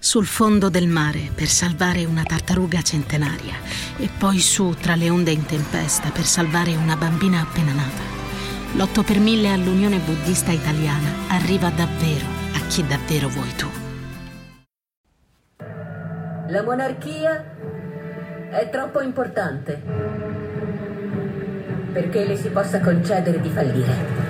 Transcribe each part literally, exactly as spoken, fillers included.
Sul fondo del mare per salvare una tartaruga centenaria e poi su tra le onde in tempesta per salvare una bambina appena nata. L'otto per mille all'Unione Buddista Italiana arriva davvero a chi davvero vuoi tu. La monarchia è troppo importante perché le si possa concedere di fallire.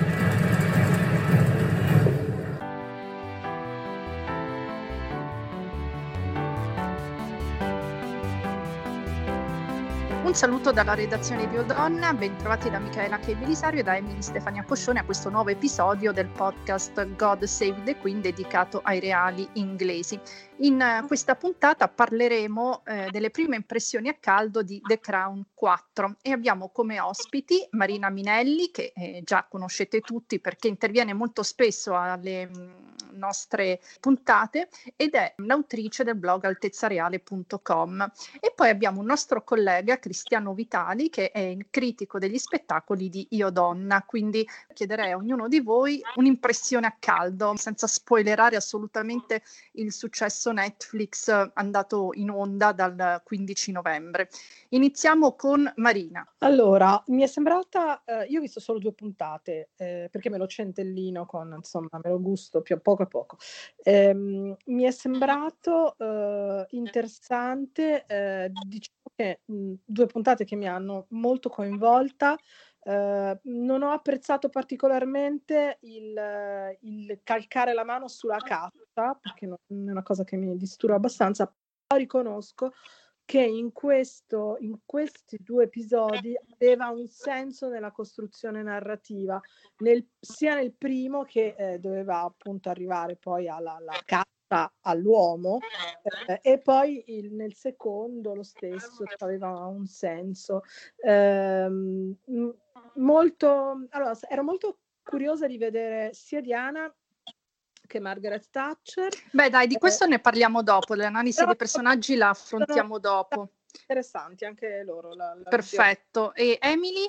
Un saluto dalla redazione di Odonna, ben trovati da Michaela Che Belisario e da Emily Stefania Coscione a questo nuovo episodio del podcast God Save the Queen dedicato ai reali inglesi. In uh, questa puntata parleremo eh, delle prime impressioni a caldo di The Crown quattro e abbiamo come ospiti Marina Minelli, che eh, già conoscete tutti perché interviene molto spesso alle mh, nostre puntate ed è l'autrice del blog altezzareale punto com. E poi abbiamo un nostro collega Cristiano Vitali che è il critico degli spettacoli di Io Donna, quindi chiederei a ognuno di voi un'impressione a caldo senza spoilerare assolutamente il successo Netflix andato in onda dal quindici novembre. Iniziamo con Marina. Allora, mi è sembrata, eh, io ho visto solo due puntate eh, perché me lo centellino con, insomma, me lo gusto più a poco a poco. Ehm, mi è sembrato eh, interessante, eh, diciamo che mh, due puntate che mi hanno molto coinvolta. Uh, non ho apprezzato particolarmente il, il calcare la mano sulla carta, perché non è una cosa che mi disturba abbastanza, però riconosco che in, questo, in questi due episodi aveva un senso nella costruzione narrativa, nel, sia nel primo che eh, doveva appunto arrivare poi alla, alla carta all'uomo eh, e poi il, nel secondo lo stesso aveva un senso ehm, molto allora ero molto curiosa di vedere sia Diana che Margaret Thatcher. Beh dai, di questo eh, ne parliamo dopo, l'analisi però, dei personaggi la affrontiamo dopo. Interessanti anche loro. La, la Perfetto. Video. E Emily?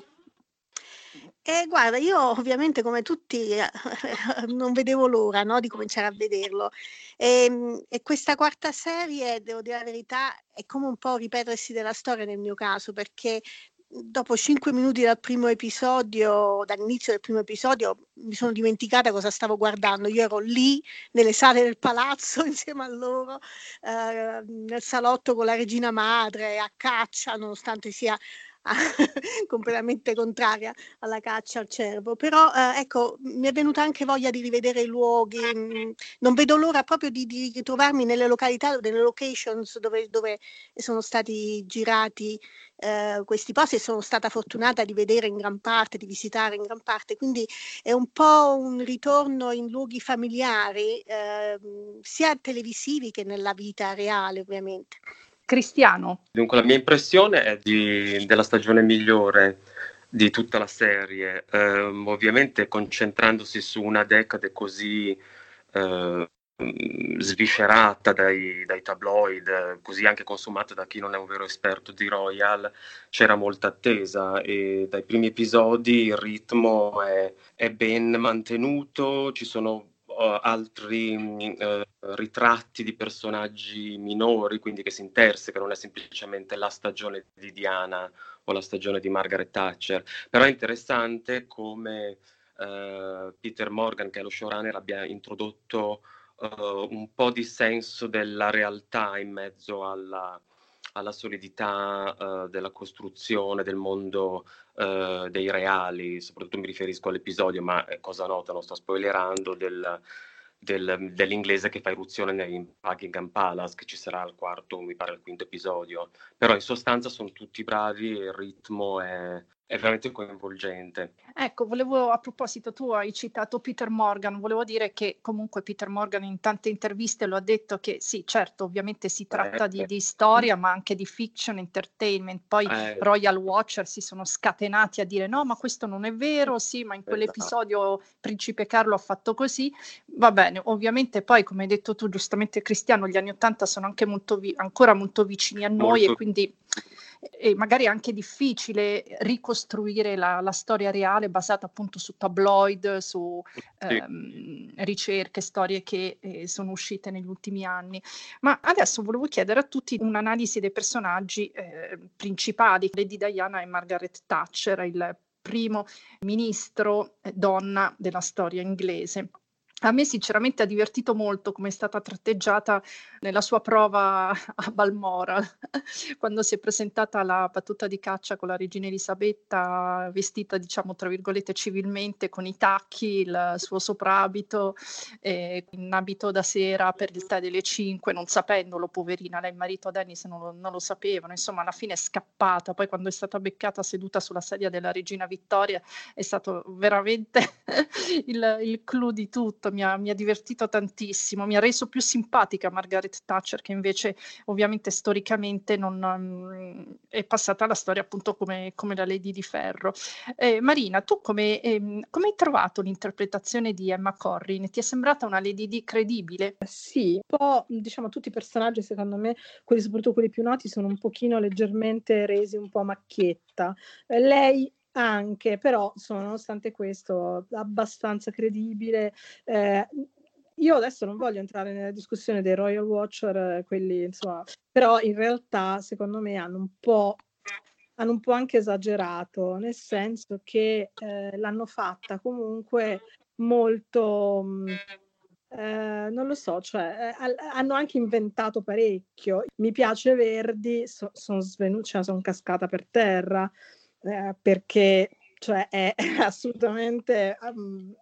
Eh, guarda, io ovviamente come tutti eh, non vedevo l'ora, no, di cominciare a vederlo e, e questa quarta serie, devo dire la verità, è come un po' ripetersi della storia nel mio caso, perché dopo cinque minuti dal primo episodio, dall'inizio del primo episodio, mi sono dimenticata cosa stavo guardando. Io ero lì nelle sale del palazzo insieme a loro, eh, nel salotto con la regina madre, a caccia, nonostante sia completamente contraria alla caccia al cervo, però eh, ecco, mi è venuta anche voglia di rivedere i luoghi, mh, non vedo l'ora proprio di, di ritrovarmi nelle località, nelle locations dove, dove sono stati girati eh, questi posti e sono stata fortunata di vedere in gran parte, di visitare in gran parte, quindi è un po' un ritorno in luoghi familiari, eh, sia televisivi che nella vita reale ovviamente. Cristiano. Dunque la mia impressione è di, della stagione migliore di tutta la serie, eh, ovviamente concentrandosi su una decade così eh, sviscerata dai, dai tabloid, così anche consumata da chi non è un vero esperto di Royal, c'era molta attesa e dai primi episodi il ritmo è, è ben mantenuto, ci sono Uh, altri uh, ritratti di personaggi minori, quindi che si interseca, non è semplicemente la stagione di Diana o la stagione di Margaret Thatcher, però è interessante come uh, Peter Morgan, che è lo showrunner, abbia introdotto uh, un po' di senso della realtà in mezzo alla alla solidità uh, della costruzione del mondo uh, dei reali, soprattutto mi riferisco all'episodio, ma eh, cosa nota, non sto spoilerando, del, del, dell'inglese che fa irruzione in Buckingham Palace, che ci sarà al quarto, mi pare al quinto episodio, però in sostanza sono tutti bravi e il ritmo è, è veramente coinvolgente. Ecco, volevo, a proposito, tu hai citato Peter Morgan, volevo dire che comunque Peter Morgan in tante interviste lo ha detto che sì, certo, ovviamente si tratta eh, di, di storia, ma anche di fiction, entertainment, poi eh, Royal Watcher si sono scatenati a dire no, ma questo non è vero, sì, ma in quell'episodio Principe Carlo ha fatto così, va bene, ovviamente poi come hai detto tu giustamente Cristiano, gli anni ottanta sono anche molto vi- ancora molto vicini a noi molto. E quindi e magari è anche difficile ricostruire la, la storia reale basata appunto su tabloid, su Sì. ehm, ricerche, storie che eh, sono uscite negli ultimi anni. Ma adesso volevo chiedere a tutti un'analisi dei personaggi eh, principali, Lady Diana e Margaret Thatcher, il primo ministro eh, donna della storia inglese. A me sinceramente ha divertito molto come è stata tratteggiata nella sua prova a Balmoral, quando si è presentata alla battuta di caccia con la regina Elisabetta, vestita, diciamo, tra virgolette, civilmente, con i tacchi, il suo soprabito, eh, in abito da sera per il tè delle cinque, non sapendolo, poverina, lei e il marito Dennis non lo, non lo sapevano, insomma, alla fine è scappata. Poi quando è stata beccata seduta sulla sedia della regina Vittoria è stato veramente il, il clou di tutto. Mi ha, mi ha divertito tantissimo, mi ha reso più simpatica Margaret Thatcher, che invece ovviamente storicamente non, um, è passata alla storia appunto come, come la Lady di Ferro. Eh, Marina, tu come, ehm, come hai trovato l'interpretazione di Emma Corrin? Ti è sembrata una Lady Di credibile? Sì, un po', diciamo, tutti i personaggi, secondo me, quelli soprattutto quelli più noti, sono un pochino leggermente resi un po' a macchietta. Eh, lei anche, però sono, nonostante questo, abbastanza credibile. Eh, io adesso non voglio entrare nella discussione dei Royal Watcher, quelli, insomma, però in realtà, secondo me, hanno un po', hanno un po' anche esagerato, nel senso che eh, l'hanno fatta comunque molto... Mh, eh, non lo so, cioè, eh, hanno anche inventato parecchio. Mi piace Verdi, so, sono svenuta, cioè, sono cascata per terra, eh, perché cioè, è, è assolutamente um,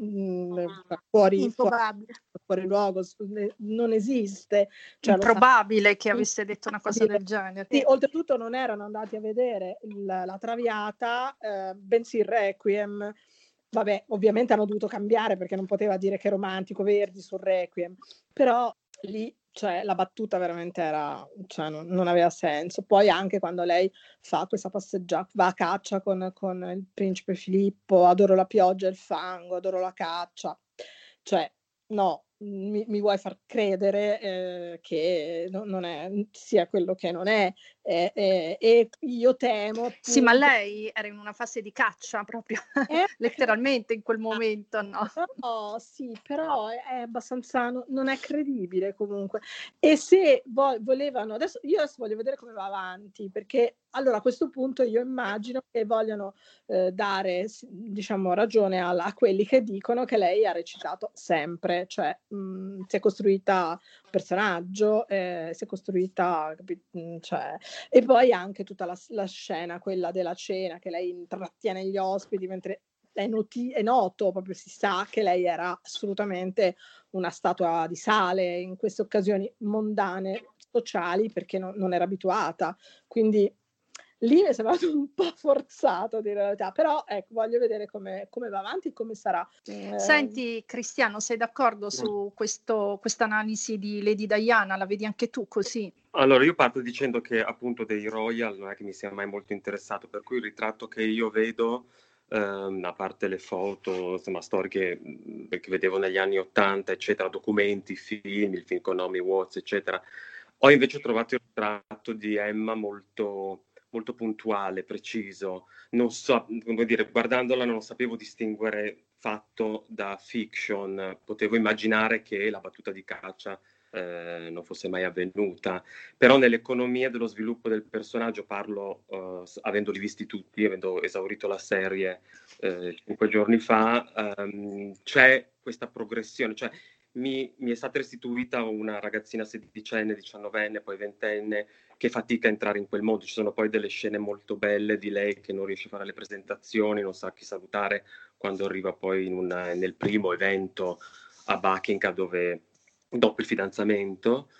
mh, fuori, Improbabile. fuori, fuori luogo, non esiste. Cioè, Improbabile che avesse detto una cosa del genere. Sì, oltretutto non erano andati a vedere il, la Traviata, eh, bensì il Requiem. Vabbè, ovviamente hanno dovuto cambiare perché non poteva dire che è romantico Verdi sul Requiem, però lì, cioè, la battuta veramente era, cioè, non, non aveva senso. Poi anche quando lei fa questa passeggiata, va a caccia con, con il principe Filippo, adoro la pioggia e il fango, adoro la caccia, cioè, no, mi, mi vuoi far credere eh, che no, non è, sia quello che non è, eh, eh, e io temo appunto... Sì, ma lei era in una fase di caccia proprio, eh, letteralmente in quel momento, no? No, sì, però è, è abbastanza, no, non è credibile comunque. E se vo- volevano, adesso io adesso voglio vedere come va avanti, perché allora a questo punto io immagino che vogliano eh, dare, diciamo, ragione a, a quelli che dicono che lei ha recitato sempre, cioè mh, si è costruita un personaggio, eh, si è costruita, mh, cioè, e poi anche tutta la, la scena, quella della cena, che lei intrattiene gli ospiti mentre è, noti- è noto, proprio si sa che lei era assolutamente una statua di sale in queste occasioni mondane, sociali, perché no, non era abituata. Quindi lì mi è sembrato un po' forzato di realtà, però ecco, voglio vedere come, come va avanti e come sarà. Eh, Senti Cristiano, sei d'accordo su questo, questa analisi di Lady Diana? La vedi anche tu così? Allora, io parto dicendo che appunto dei Royal non è che mi sia mai molto interessato, per cui il ritratto che io vedo, ehm, a parte le foto, insomma, storie che, che vedevo negli anni Ottanta, eccetera, documenti, film, il film con Naomi Watts, eccetera, ho invece trovato il ritratto di Emma molto, molto puntuale, preciso. Non so, come dire, guardandola non sapevo distinguere fatto da fiction, potevo immaginare che la battuta di caccia eh, non fosse mai avvenuta, però nell'economia dello sviluppo del personaggio, parlo uh, avendoli visti tutti, avendo esaurito la serie eh, cinque giorni fa, um, c'è questa progressione, cioè mi, mi è stata restituita una ragazzina sedicenne, diciannovenne, poi ventenne, che fatica a entrare in quel mondo. Ci sono poi delle scene molto belle di lei che non riesce a fare le presentazioni, non sa chi salutare, quando arriva poi in una, nel primo evento a Buckingham, dove dopo il fidanzamento,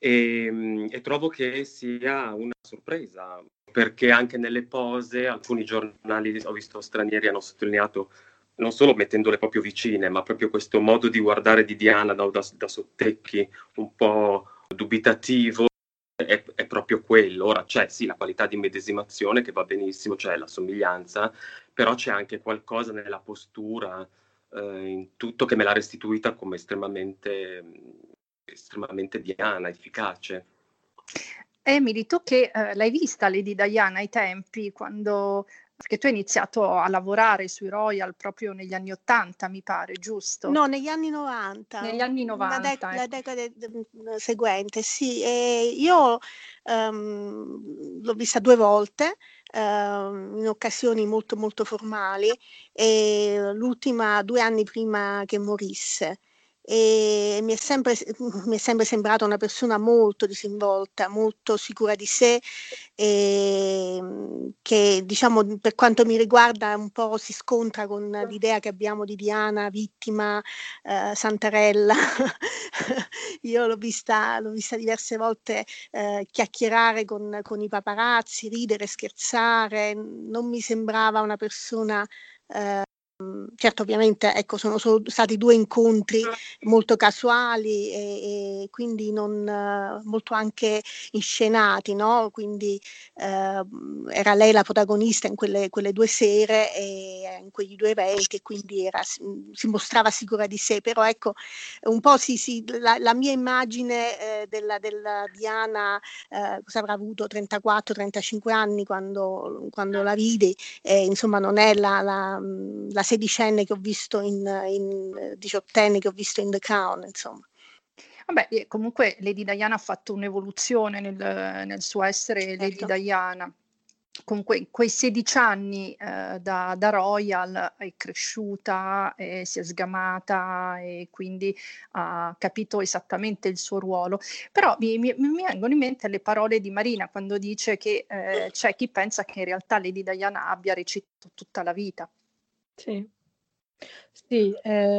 e, e trovo che sia una sorpresa, perché anche nelle pose alcuni giornali, ho visto stranieri, hanno sottolineato, non solo mettendole proprio vicine, ma proprio questo modo di guardare di Diana da, da, da sottecchi un po' dubitativo, è, è proprio quello. Ora c'è sì la qualità di medesimazione che va benissimo, c'è la somiglianza, però c'è anche qualcosa nella postura, eh, in tutto, che me l'ha restituita come estremamente, estremamente Diana, efficace. Emily, tu che eh, l'hai vista Lady Diana ai tempi, quando, perché tu hai iniziato a lavorare sui Royal proprio negli anni Ottanta, mi pare, giusto? No, negli anni novanta, Negli anni una dec- novanta, la ecco. decade mm, seguente, sì. E io ehm, l'ho vista due volte, ehm, in occasioni molto molto formali, e l'ultima due anni prima che morisse. E mi è sempre, mi è sempre sembrata una persona molto disinvolta, molto sicura di sé, e mm, che, diciamo, per quanto mi riguarda un po' si scontra con l'idea che abbiamo di Diana vittima, eh, Santarella. Io l'ho vista, l'ho vista diverse volte eh, chiacchierare con, con i paparazzi, ridere, scherzare. Non mi sembrava una persona. Eh, certo, ovviamente, ecco, sono solo stati due incontri molto casuali e, e quindi non eh, molto anche inscenati, no? Quindi eh, era lei la protagonista in quelle, quelle due sere e in quegli due eventi, e quindi era, si mostrava sicura di sé. Però ecco, un po' sì, sì, la, la mia immagine eh, della, della Diana, eh, cosa avrà avuto, trentaquattro trentacinque anni quando, quando la vidi, eh, insomma non è la, la, la sedicenne che ho visto in, in diciottenne che ho visto in The Crown, insomma. Vabbè, comunque Lady Diana ha fatto un'evoluzione nel, nel suo essere Lady Certo. Diana. Comunque quei sedici anni eh, da, da Royal è cresciuta, eh, si è sgamata e quindi ha capito esattamente il suo ruolo. Però mi, mi, mi vengono in mente le parole di Marina quando dice che eh, c'è chi pensa che in realtà Lady Diana abbia recitato tutta la vita. Sì. Sì,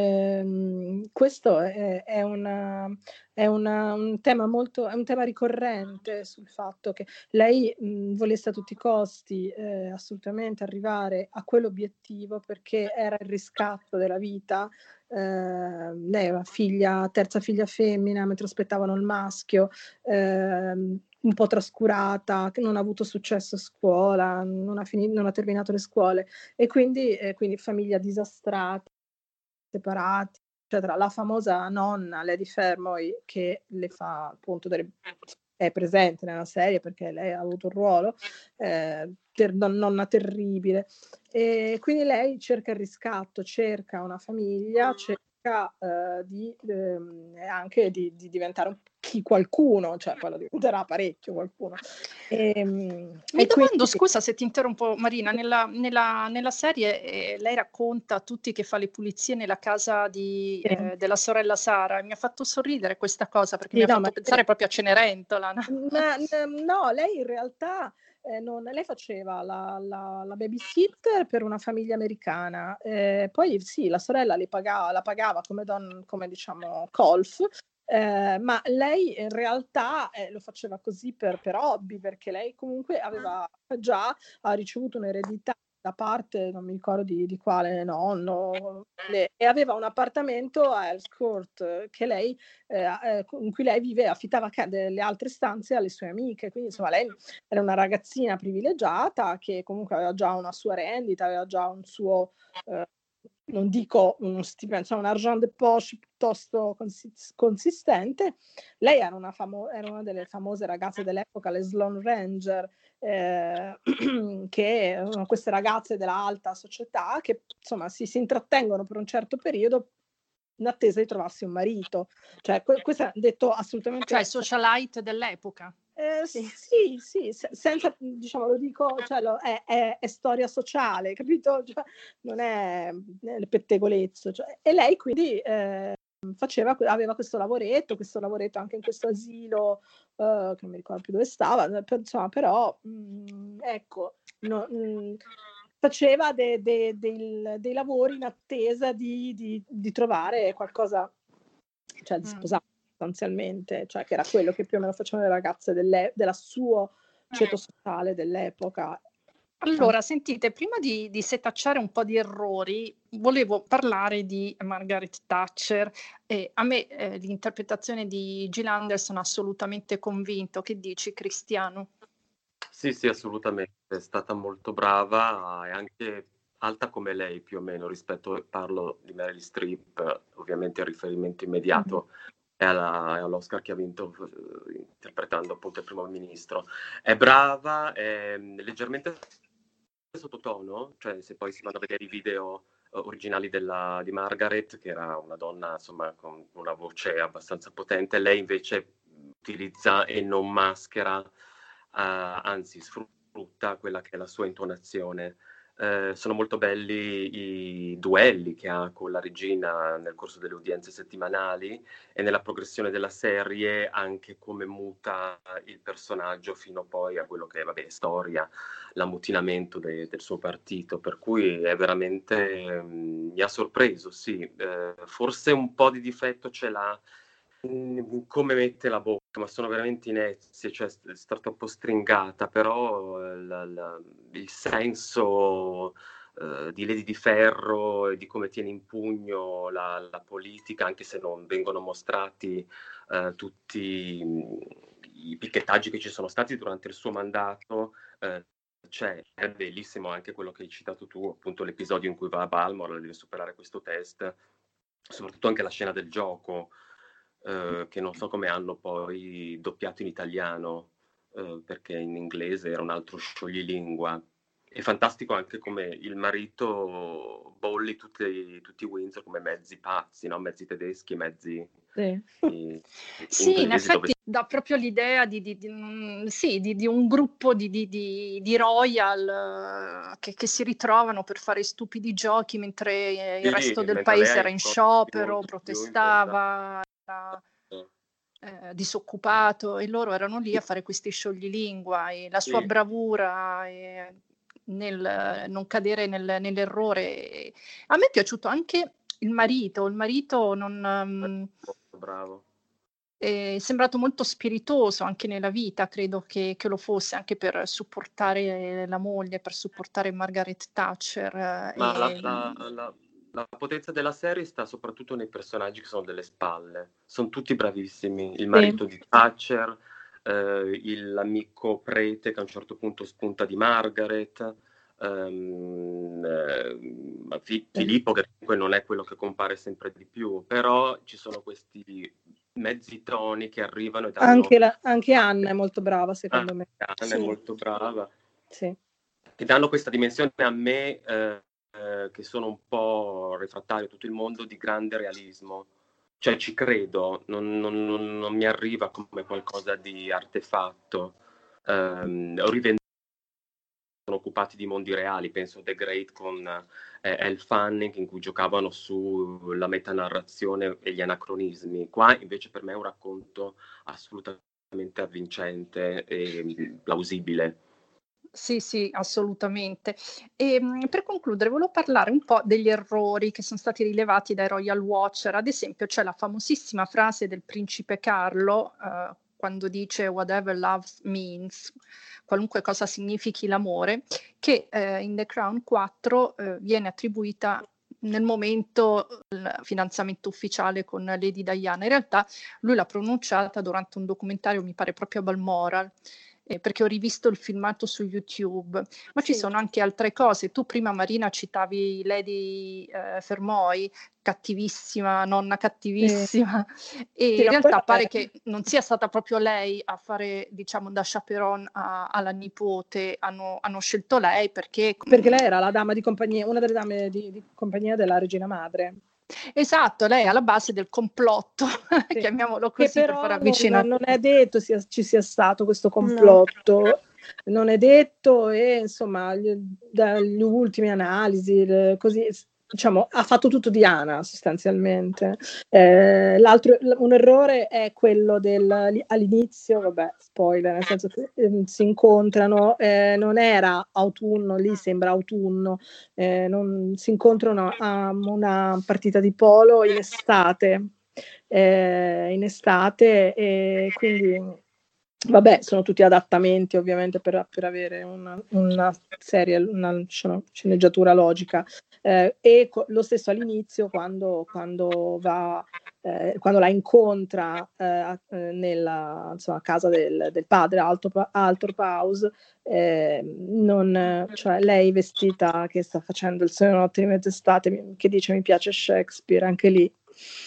ehm, questo è, è, una, è una, un tema molto, è un tema ricorrente sul fatto che lei mh, volesse a tutti i costi eh, assolutamente arrivare a quell'obiettivo, perché era il riscatto della vita. Eh, lei aveva figlia, terza figlia femmina, mentre aspettavano il maschio, ehm, un po' trascurata, che non ha avuto successo a scuola, non ha, finito, non ha terminato le scuole, e quindi, eh, quindi famiglia disastrata, separati, eccetera. La famosa nonna Lady Fermoy, che le fa appunto delle, è presente nella serie perché lei ha avuto un ruolo, eh, ter, nonna terribile, e quindi lei cerca il riscatto, cerca una famiglia, cerca eh, di, ehm, anche di, di diventare un, chi qualcuno, cioè poi lo diventerà parecchio qualcuno. E, Mi e domando, quindi, scusa se ti interrompo Marina, nella, nella, nella serie eh, lei racconta a tutti che fa le pulizie nella casa di, sì, eh, della sorella Sara, e mi ha fatto sorridere questa cosa perché sì, mi ha no, fatto ma pensare proprio a Cenerentola. No? Ma, no, lei in realtà eh, non, lei faceva la, la, la babysitter per una famiglia americana, eh, poi sì, la sorella li pagava, la pagava come, don, come diciamo colf, eh, ma lei in realtà eh, lo faceva così per, per hobby, perché lei comunque aveva già ha ricevuto un'eredità da parte, non mi ricordo di, di quale nonno, le, e aveva un appartamento a Earls Court che lei eh, in cui lei vive, affittava delle altre stanze alle sue amiche, quindi insomma lei era una ragazzina privilegiata che comunque aveva già una sua rendita, aveva già un suo, eh, non dico uno stipendio, insomma un argent de poche piuttosto consi- consistente. Lei era una, famo- era una delle famose ragazze dell'epoca, le Sloane Ranger, eh, che erano queste ragazze della alta società che insomma si, si intrattengono per un certo periodo in attesa di trovarsi un marito. Cioè, que- questo è detto assolutamente... Cioè socialite dell'epoca. Eh, sì, sì, sì, se- senza, diciamo, lo dico, cioè, lo, è, è, è storia sociale, capito? Cioè, non è, è il pettegolezzo. Cioè, e lei quindi eh, faceva, aveva questo lavoretto, questo lavoretto anche in questo asilo, eh, che non mi ricordo più dove stava, per, insomma, però, mh, ecco, no, mh, faceva de, de, de, dei lavori in attesa di, di, di trovare qualcosa, cioè di sposare sostanzialmente, cioè che era quello che più o meno facevano le ragazze delle, della suo ceto sociale dell'epoca. Allora, sentite, prima di, di setacciare un po' di errori, volevo parlare di Margaret Thatcher. E a me eh, l'interpretazione di Gill Anderson ha assolutamente convinto. Che dici, Cristiano? Sì, sì, assolutamente, è stata molto brava e anche alta come lei più o meno rispetto, parlo di Meryl Streep, ovviamente il riferimento immediato è, alla, è all'Oscar che ha vinto eh, interpretando intervistando appunto il primo ministro. È brava, è leggermente sottotono, cioè se poi si vanno a vedere i video originali della, di Margaret, che era una donna insomma con una voce abbastanza potente, lei invece utilizza e non maschera, uh, anzi sfrutta quella che è la sua intonazione. Uh, sono molto belli i duelli che ha con la regina nel corso delle udienze settimanali e nella progressione della serie anche come muta il personaggio fino poi a quello che è, vabbè, storia, l'ammutinamento de- del suo partito, per cui è veramente, um, mi ha sorpreso, sì. Uh, forse un po' di difetto ce l'ha in come mette la bocca, ma sono veramente inezie, cioè è stata troppo stringata, però la, la, il senso uh, di Lady di Ferro e di come tiene in pugno la, la politica, anche se non vengono mostrati uh, tutti i picchettaggi che ci sono stati durante il suo mandato, uh, c'è, è bellissimo anche quello che hai citato tu, appunto l'episodio in cui va a Balmora, deve superare questo test, soprattutto anche la scena del gioco, Uh, che non so come hanno poi doppiato in italiano, uh, perché in inglese era un altro scioglilingua. È fantastico anche come il marito bolli tutti, tutti i Windsor come mezzi pazzi, no? Mezzi tedeschi, mezzi sì. I, sì, in effetti dove... dà proprio l'idea di, di, di, sì, di, di un gruppo di, di, di, di royal uh, che, che si ritrovano per fare stupidi giochi mentre sì, il resto del paese era in sciopero, protestava, era eh, disoccupato, e loro erano lì a fare questi scioglilingua, e la sua sì. bravura e nel non cadere nel, nell'errore. A me è piaciuto anche il marito, il marito non... Um, bravo. È sembrato molto spiritoso anche nella vita, credo che, che lo fosse, anche per supportare la moglie, per supportare Margaret Thatcher. Ma e... la, la, la, la potenza della serie sta soprattutto nei personaggi che sono delle spalle, sono tutti bravissimi, il marito sì. di Thatcher, eh, il, l'amico prete che a un certo punto spunta di Margaret, Um, eh, Fi- Filippo, che comunque non è quello che compare sempre di più, però ci sono questi mezzi toni che arrivano e danno... Anche, la, anche Anna è molto brava, secondo ah, me. Anna sì. è molto brava. Sì. Che danno questa dimensione a me, eh, eh, che sono un po' refrattario a tutto il mondo, di grande realismo. Cioè ci credo, non, non, non, non mi arriva come qualcosa di artefatto. Um, ho rivenduto sono occupati di mondi reali, penso a The Great con eh, Elle Fanning, in cui giocavano sulla metanarrazione e gli anacronismi. Qua invece per me è un racconto assolutamente avvincente e plausibile. Sì, sì, assolutamente. E per concludere, volevo parlare un po' degli errori che sono stati rilevati dai Royal Watcher. Ad esempio, c'è la famosissima frase del principe Carlo, eh, quando dice whatever love means, qualunque cosa significhi l'amore, che eh, in The Crown quattro eh, viene attribuita nel momento del fidanzamento ufficiale con Lady Diana. In realtà lui l'ha pronunciata durante un documentario, mi pare proprio a Balmoral, eh, perché ho rivisto il filmato su YouTube, ma sì. Ci sono anche altre cose. Tu prima, Marina, citavi Lady eh, Fermoy, cattivissima, nonna cattivissima, sì. E sì, in realtà pare è... che non sia stata proprio lei a fare, diciamo, da chaperone a, alla nipote, hanno, hanno scelto lei perché... Perché lei era la dama di compagnia, una delle dame di, di compagnia della regina madre. Esatto, lei è alla base del complotto, sì. Chiamiamolo così, che per far però avvicinare. Non, non è detto sia, ci sia stato questo complotto, no. Non è detto, e insomma gli, dalle ultime analisi così, diciamo, ha fatto tutto Diana sostanzialmente. Eh, l'altro, un errore è quello del all'inizio, vabbè, spoiler, nel senso che eh, si incontrano, eh, non era autunno, lì sembra autunno, eh, non, si incontrano a una partita di polo in estate, eh, in estate e quindi vabbè, sono tutti adattamenti ovviamente per, per avere una, una serie, una sceneggiatura logica, eh, e co- lo stesso all'inizio quando, quando va eh, quando la incontra eh, nella insomma, casa del, del padre Althorp House, eh, non, cioè lei vestita che sta facendo il sogno notte di mezz'estate, che dice mi piace Shakespeare, anche lì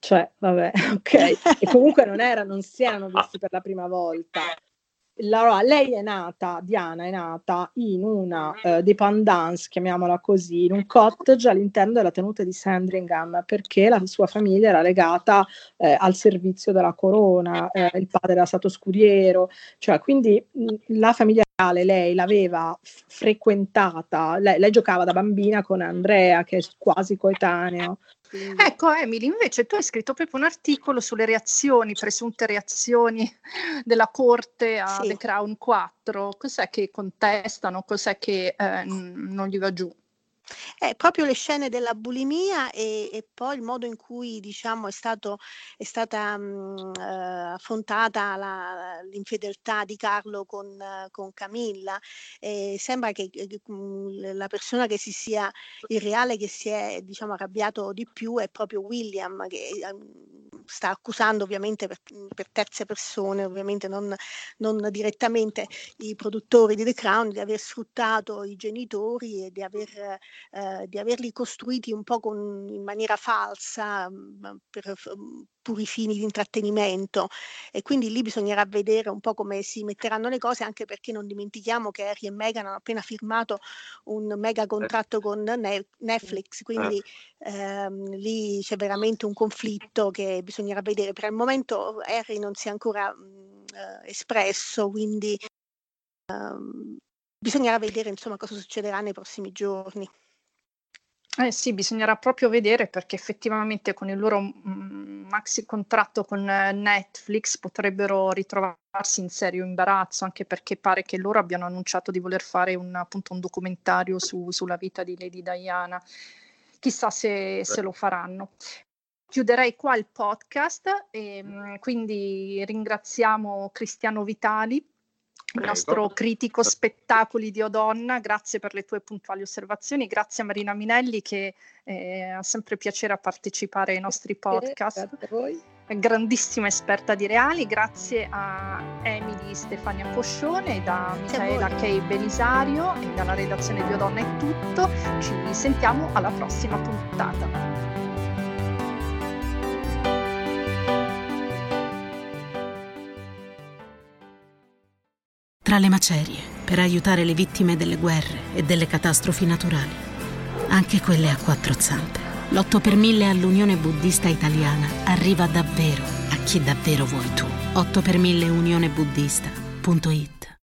Cioè, vabbè, ok. E comunque non era, non si erano visti per la prima volta. La, lei è nata, Diana è nata in una uh, dépendance, chiamiamola così, in un cottage all'interno della tenuta di Sandringham, perché la sua famiglia era legata eh, al servizio della corona, eh, il padre era stato scudiero, cioè quindi mh, la famiglia reale lei l'aveva f- frequentata, lei, lei giocava da bambina con Andrea, che è quasi coetaneo. Quindi... Ecco Emily, invece tu hai scritto proprio un articolo sulle reazioni, presunte reazioni della corte a sì. The Crown quattro, cos'è che contestano, cos'è che eh, non gli va giù? Eh, proprio le scene della bulimia e, e poi il modo in cui diciamo è, stato, è stata mh, eh, affrontata la, l'infedeltà di Carlo con, uh, con Camilla. Eh, sembra che eh, la persona che si sia, il reale che si è diciamo arrabbiato di più è proprio William, che eh, sta accusando ovviamente per, per terze persone, ovviamente non, non direttamente i produttori di The Crown, di aver sfruttato i genitori e di aver Eh, di averli costruiti un po' con, in maniera falsa mh, per f- puri fini di intrattenimento, e quindi lì bisognerà vedere un po' come si metteranno le cose, anche perché non dimentichiamo che Harry e Meghan hanno appena firmato un mega contratto con ne- Netflix, quindi ehm, lì c'è veramente un conflitto che bisognerà vedere. Per il momento Harry non si è ancora mh, eh, espresso, quindi ehm, bisognerà vedere insomma cosa succederà nei prossimi giorni. Eh sì, bisognerà proprio vedere, perché effettivamente con il loro mh, maxi contratto con Netflix potrebbero ritrovarsi in serio imbarazzo, anche perché pare che loro abbiano annunciato di voler fare un, appunto, un documentario su, sulla vita di Lady Diana. Chissà se, se lo faranno. Chiuderei qua il podcast e mh, quindi ringraziamo Cristiano Vitali, il nostro critico spettacoli di Odonna. Grazie per le tue puntuali osservazioni, grazie a Marina Minelli che eh, ha sempre piacere a partecipare ai nostri podcast, grazie a voi. È grandissima esperta di reali. Grazie a Emily Stefania Poscione, da Micaela K. Belisario e dalla redazione di Odonna è tutto, ci sentiamo alla prossima puntata. Tra le macerie, per aiutare le vittime delle guerre e delle catastrofi naturali, anche quelle a quattro zampe, l'otto per mille all'Unione Buddista Italiana arriva davvero a chi davvero vuoi tu. otto per mille unione buddista punto it